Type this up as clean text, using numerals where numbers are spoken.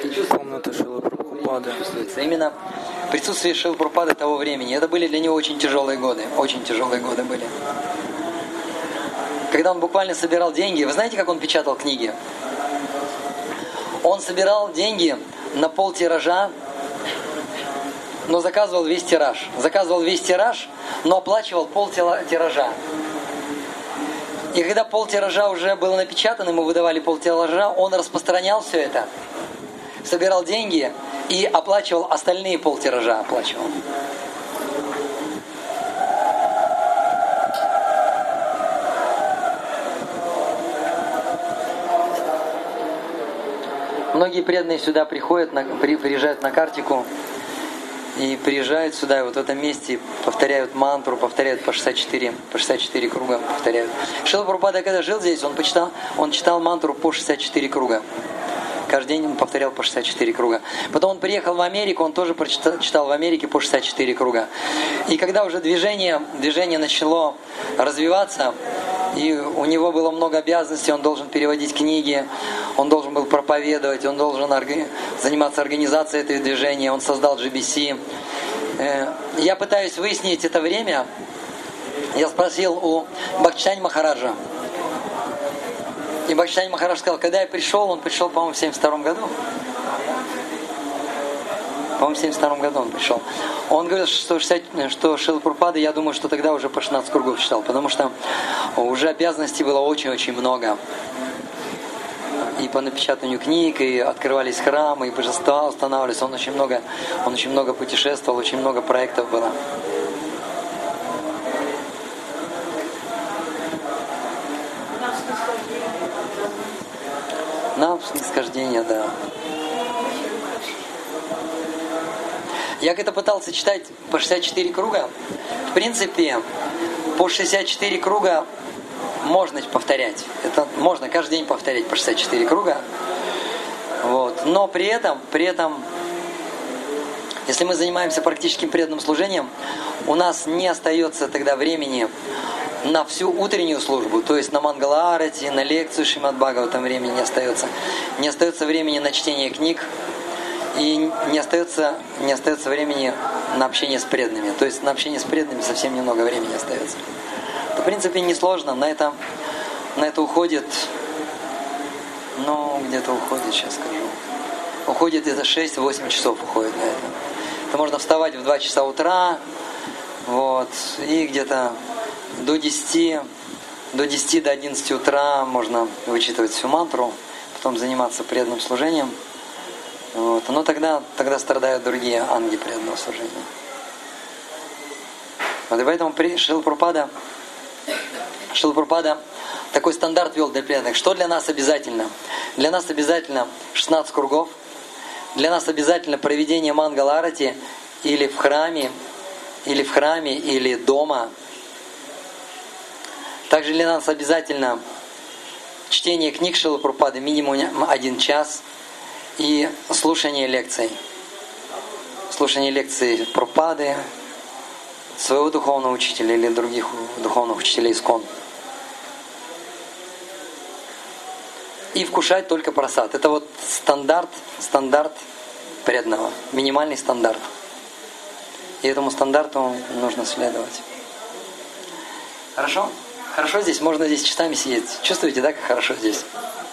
Комната Шрилы Прабхупады. Чувствуется. Именно присутствие Шрилы Прабхупады того времени. Это были для него очень тяжелые годы. Очень тяжелые годы были. Когда он буквально собирал деньги, вы знаете, как он печатал книги? Он собирал деньги на полтиража, но заказывал весь тираж. Заказывал весь тираж, но оплачивал полтиража. И когда полтиража уже было напечатано, ему выдавали полтиража, он распространял все это, собирал деньги и оплачивал остальные полтиража. Оплачивал. Многие преданные сюда приезжают на Картику и приезжают сюда, и вот в этом месте повторяют мантру, повторяют по 64 круга повторяют. Шрила Прабхупада, когда жил здесь, он читал мантру по 64 круга. Каждый день он повторял по 64 круга. Потом он приехал в Америку, он тоже читал в Америке по 64 круга. И когда уже движение начало развиваться, и у него было много обязанностей, он должен переводить книги, он должен был проповедовать, он должен заниматься организацией этого движения, он создал GBC. Я пытаюсь выяснить это время. Я спросил у Бхактичани Махараджа. И Бхактичани Махарадж сказал, когда я пришел, он пришел, по-моему, в 72 году. По-моему, в 72 году он пришел. Он говорил, что Шрила Прабхупада, я думаю, что тогда уже по 16 кругов читал, потому что уже обязанностей было очень-очень много. И по напечатанию книг, и открывались храмы, и божества устанавливались. Он очень много путешествовал, очень много проектов было. Нам снисхождение, да. Я когда пытался читать по 64 круга, в принципе, по 64 круга можно повторять. Это можно каждый день повторять по 64 круга. Вот. Но при этом, если мы занимаемся практическим преданным служением, у нас не остается тогда времени на всю утреннюю службу, то есть на Мангала-арати, на лекцию Шримад Бхагаватам времени не остается. Не остается времени на чтение книг, и не остается времени на общение с преданными. То есть на общение с преданными совсем немного времени остается. В принципе, несложно. На это уходит, где-то уходит, сейчас скажу. Уходит где-то 6-8 часов уходит на это. Это можно вставать в 2 часа утра, вот, и где-то до 10 до 11 утра можно вычитывать всю мантру, потом заниматься преданным служением. Вот. Но тогда страдают другие анги преданного служения. Вот и поэтому Шрила Прабхупада такой стандарт ввел для преданных. Что для нас обязательно? Для нас обязательно 16 кругов. Для нас обязательно проведение Мангала-арати или в храме, или дома. Также для нас обязательно чтение книг Шрилы Прабхупады минимум 1 час и слушание лекций. Слушание лекций Прабхупады, своего духовного учителя или других духовных учителей ИСККОН. И вкушать только прасад. Это вот стандарт преданного, минимальный стандарт. И этому стандарту нужно следовать. Хорошо? Хорошо здесь? Можно здесь часами сидеть. Чувствуете, да, как хорошо здесь?